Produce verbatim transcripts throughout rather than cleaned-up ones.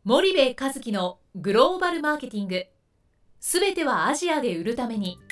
森部一樹のグローバルマーケティング、すべてはアジアで売るために。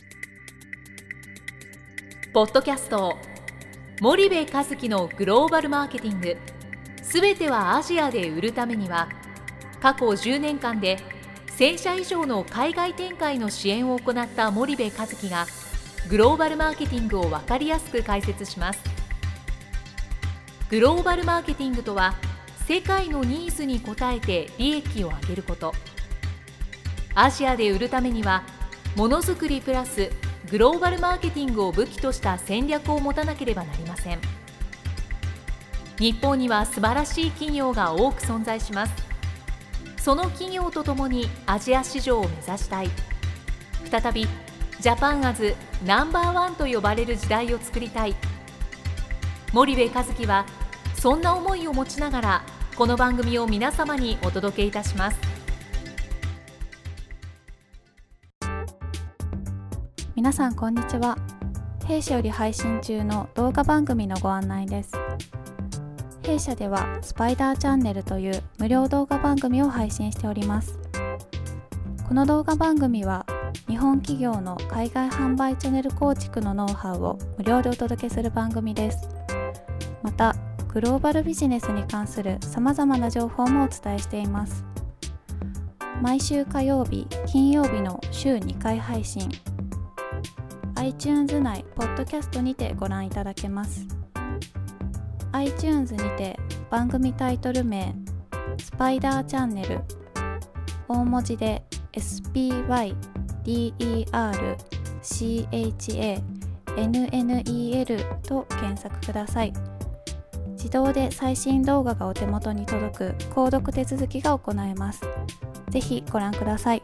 ポッドキャスト森部一樹のグローバルマーケティング、すべてはアジアで売るためには、過去じゅうねんかんでせんしゃ以上の海外展開の支援を行った森部一樹がグローバルマーケティングを分かりやすく解説します。グローバルマーケティングとは、世界のニーズに応えて利益を上げること。アジアで売るためには、ものづくりプラスグローバルマーケティングを武器とした戦略を持たなければなりません。日本には素晴らしい企業が多く存在します。その企業とともにアジア市場を目指したい。再びジャパンアズナンバーワンと呼ばれる時代を作りたい。森部一樹はそんな思いを持ちながら、この番組を皆様にお届けいたします。 皆さんこんにちは。弊社より配信中の動画番組のご案内です。弊社ではスパイダーチャンネルという無料動画番組を配信しております。この動画番組は日本企業の海外販売チャンネル構築のノウハウを無料でお届けする番組です。またグローバルビジネスに関するさまざまな情報もお伝えしています。毎週火曜日、金曜日の週にかい配信、iTunes 内ポッドキャストにてご覧いただけます。 iTunes にて番組タイトル名スパイダーチャンネル、大文字で エスピーワイディーイーアールシーエイチエーエヌエヌイーエル と検索ください。自動で最新動画がお手元に届く購読手続きが行えます。ぜひご覧ください。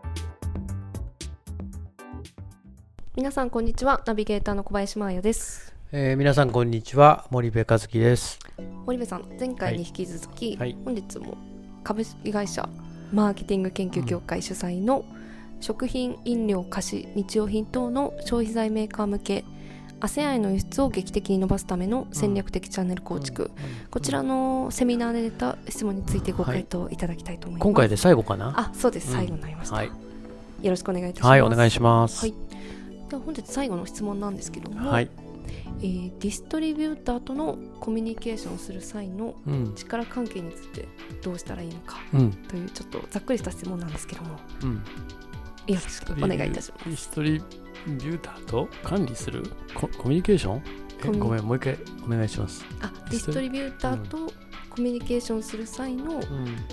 皆さんこんにちは。ナビゲーターの小林真彩です。 えー、皆さんこんにちは。森部一樹です。 森部さん、前回に引き続き、 はい、 本日も株式会社マーケティング研究協会主催の食品、飲料、菓子、日用品等の消費財メーカー向けアセアン への輸出を劇的に伸ばすための戦略的チャンネル構築、うん、こちらのセミナーで出た質問についてご回答いただきたいと思います。 今回で最後かな。 あ、そうです、最後になりました、うん、はい、よろしくお願いいたします。 はい、お願いします。 はい、では本日最後の質問なんですけども、 はい、 えー、ディストリビューターとのコミュニケーションをする際の力関係についてどうしたらいいのか、うん、というちょっとざっくりした質問なんですけども、うん、よろしくお願いいたします。 ディストリビューターと管理する コ, コミュニケーションえごめん、もう一回お願いします。 あ、ディストリビューターとコミュニケーションする際の、うん、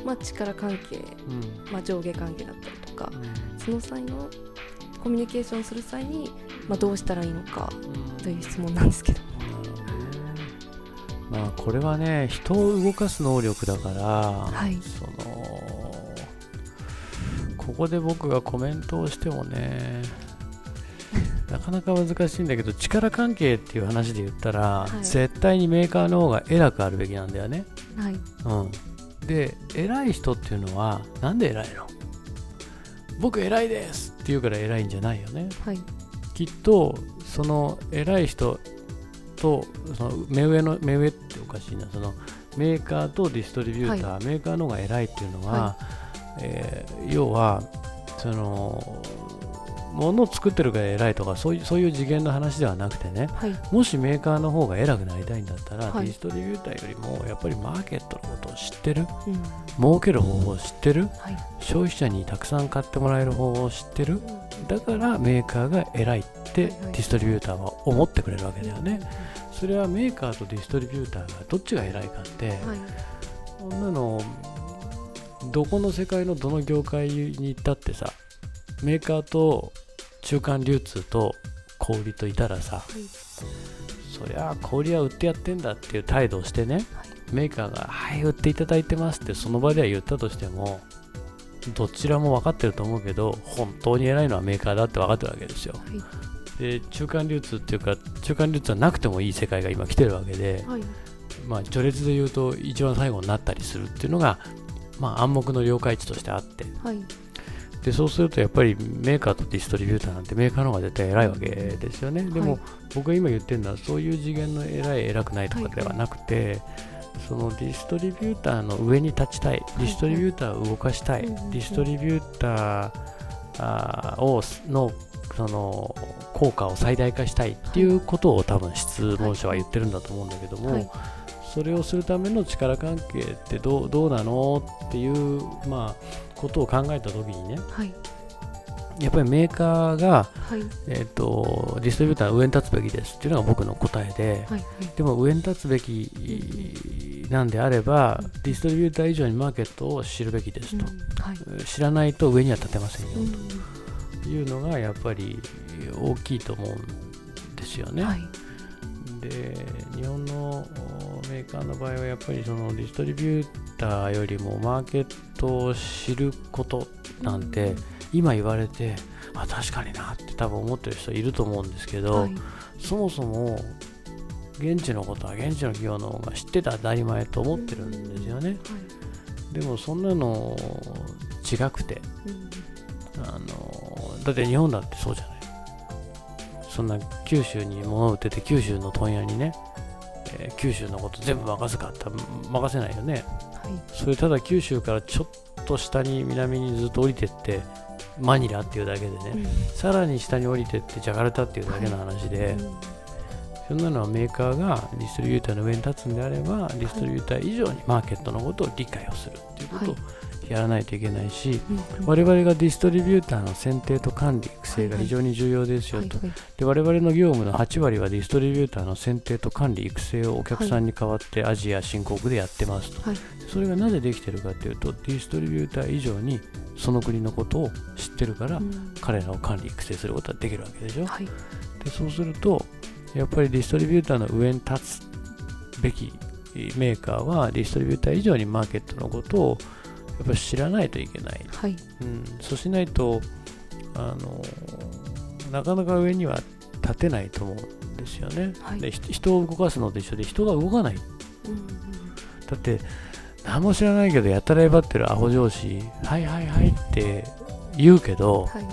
まあ、力関係、うん、まあ、上下関係だったりとか、うん、その際のコミュニケーションする際に、まあ、どうしたらいいのかという質問なんですけども、 うん、まあ、これはね、人を動かす能力だから、 はい、 そのここで僕がコメントをしてもねなかなか難しいんだけど、力関係っていう話で言ったら、はい、絶対にメーカーの方が偉くあるべきなんだよね、 はい、 うん、で偉い人っていうのはなんで偉いの？僕偉いですって言うから偉いんじゃないよね、はい、きっとその偉い人とその目上の目上っておかしいな、そのメーカーとディストリビューター、はい、メーカーの方が偉いっていうのは、はい、えー、要はその物を作ってるから偉いとかそういう、そういう次元の話ではなくてね、はい、もしメーカーの方が偉くなりたいんだったら、はい、ディストリビューターよりもやっぱりマーケットのことを知ってる、うん、儲ける方法を知ってる、はい、消費者にたくさん買ってもらえる方法を知ってる、うん、だからメーカーが偉いってディストリビューターは思ってくれるわけだよね、はいはい、それはメーカーとディストリビューターがどっちが偉いかって、はい、そんなのどこの世界のどの業界に行ったってさ、メーカーと中間流通と小売りといたらさ、はい、そりゃ小売りは売ってやってんだっていう態度をしてね、はい、メーカーがはい売っていただいてますってその場では言ったとしても、どちらも分かってると思うけど本当に偉いのはメーカーだって分かってるわけですよ、はい、で中間流通っていうか中間流通はなくてもいい世界が今来てるわけで、はい、まあ序列で言うと一番最後になったりするっていうのが、まあ、暗黙の了解値としてあって、はい、でそうするとやっぱりメーカーとディストリビューターなんてメーカーの方が絶対偉いわけですよね。でも、はい、僕が今言ってるのはそういう次元の偉い偉くないとかではなくて、はい、 そのディストリビューターの上に立ちたい、ディストリビューターを動かしたい、 はいはい、 ディストリビューターをのその効果を最大化したいっていうことを多分質問者は言ってるんだと思うんだけども、はいはい、それをするための力関係ってどう、どうなのっていう、まあ、ことを考えたときにね、はい、やっぱりメーカーが、はい、えーと、ディストリビューターの上に立つべきですっていうのが僕の答えで、はいはい、でも上に立つべきなんであれば、うん、ディストリビューター以上にマーケットを知るべきですと、うんはい、知らないと上には立てませんよ、うんというのがやっぱり大きいと思うんですよね、はい、で日本のメーカーの場合はやっぱりそのディストリビューターよりもマーケットを知ることなんて、うん、今言われてあ確かになって多分思ってる人いると思うんですけど、はい、そもそも現地のことは現地の企業の方が知ってた当たり前と思ってるんですよね、うんはい、でもそんなの違くて、うん、あのだって日本だってそうじゃない。そんな九州に物を売ってて九州の問屋にね、えー、九州のこと全部任せかって任せないよね、はい、それただ九州からちょっと下に南にずっと降りてってマニラっていうだけでね、うん、さらに下に降りてってジャカルタっていうだけの話で、はいうん、そんなのはメーカーがディストリビューターの上に立つんであればディストリビューター以上にマーケットのことを理解をするっていうことを、はいやらないといけないし、うんうん、我々がディストリビューターの選定と管理育成が非常に重要ですよと、はいはい、で我々の業務のはち割はディストリビューターの選定と管理育成をお客さんに代わってアジア新興国でやってますと、はい、それがなぜできているかというとディストリビューター以上にその国のことを知ってるから、うん、彼らを管理育成することができるわけでしょ、はい、でそうするとやっぱりディストリビューターの上に立つべきメーカーはディストリビューター以上にマーケットのことをやっぱり知らないといけない、はいうん、そうしないとあのなかなか上には立てないと思うんですよね、はい、で人を動かすのと一緒で人が動かない、うんうん、だって何も知らないけどやたらえばってるアホ上司はいはいはいって言うけど、はい、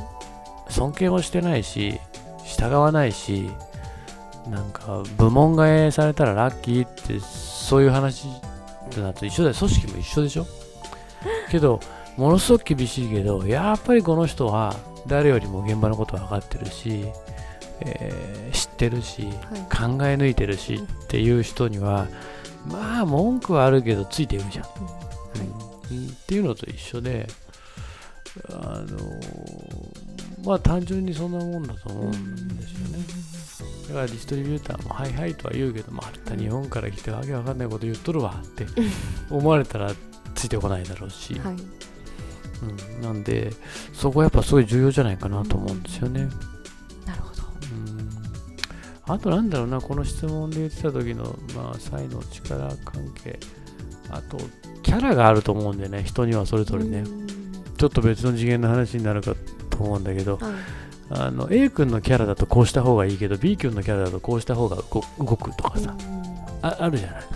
尊敬もしてないし従わないしなんか部門替えされたらラッキーってそういう話ってなると一緒だよ。組織も一緒でしょけどものすごく厳しいけどやっぱりこの人は誰よりも現場のこと分かってるし、えー、知ってるし、はい、考え抜いてるしっていう人にはまあ文句はあるけどついていくじゃん、うんはいうん、っていうのと一緒であのまあ単純にそんなもんだと思うんですよね。だからディストリビューターもはいはいとは言うけどまた日本から来てわけわかんないこと言っとるわって思われたらついてこないだろうし、はいうん、なんでそこはやっぱすごい重要じゃないかなと思うんですよね、うん、 なるほど、 うん、あとなんだろうなこの質問で言ってた時のまあ才能力関係あとキャラがあると思うんでね人にはそれぞれねちょっと別の次元の話になるかと思うんだけど、はい、あの A 君のキャラだとこうした方がいいけど B 君のキャラだとこうした方が動くとかさ あ, あるじゃない、はい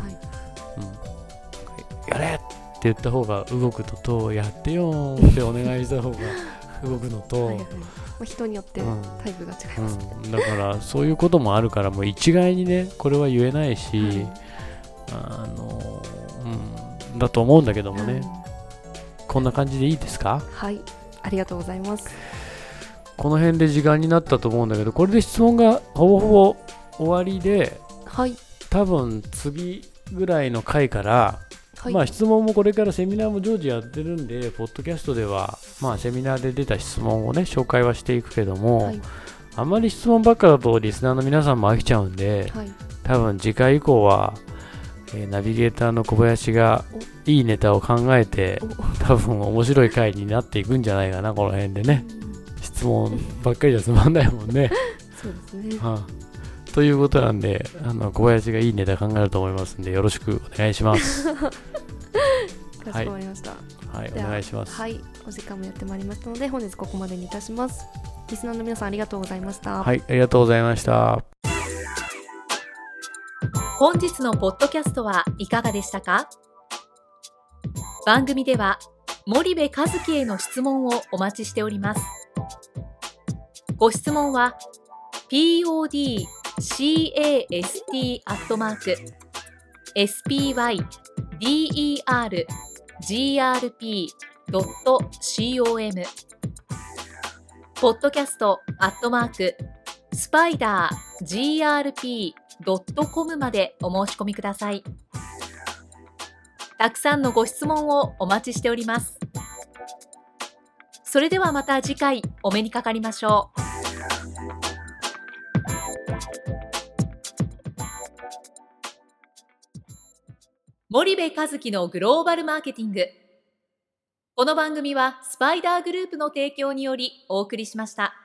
うん、やれって言った方が動くのとやってよーってお願いした方が動くのとはい、はい、 人によってタイプが違いますね、 うんうん、だからそういうこともあるからもう一概にねこれは言えないし、はい、あの、うん、だと思うんだけどもね、はい、こんな感じでいいですか？ はいありがとうございます。 この辺で時間になったと思うんだけどこれで質問がほぼほぼ終わりで、はい、多分次ぐらいの回からはい、まあ質問もこれからセミナーも常時やってるんでポッドキャストではまあセミナーで出た質問をね紹介はしていくけども、はい、あまり質問ばっかだとリスナーの皆さんも飽きちゃうんで、はい、多分次回以降は、えー、ナビゲーターの小林がいいネタを考えて多分面白い回になっていくんじゃないかなこの辺でね質問ばっかりじゃつまんないもんねそうですね、 はあということなんであの小林がいいネタ考えると思いますんでよろしくお願いしますかしこまりました、 はい、はい、お願いします。 はい、お時間もやってまいりましたので本日ここまでにいたします。リスナーの皆さんありがとうございました。 はい、ありがとうございました。 本日のポッドキャストはいかがでしたか？番組では森部一樹への質問をお待ちしております。ご質問は ポッドキャスト アットマークエスピーワイディーイーアールジーアールピードットコム ポッドキャストアットマークスパイダー ジーアールピードットコム までお申し込みください。たくさんのご質問をお待ちしております。それではまた次回お目にかかりましょう。森部一樹のグローバルマーケティング。この番組はスパイダーグループの提供によりお送りしました。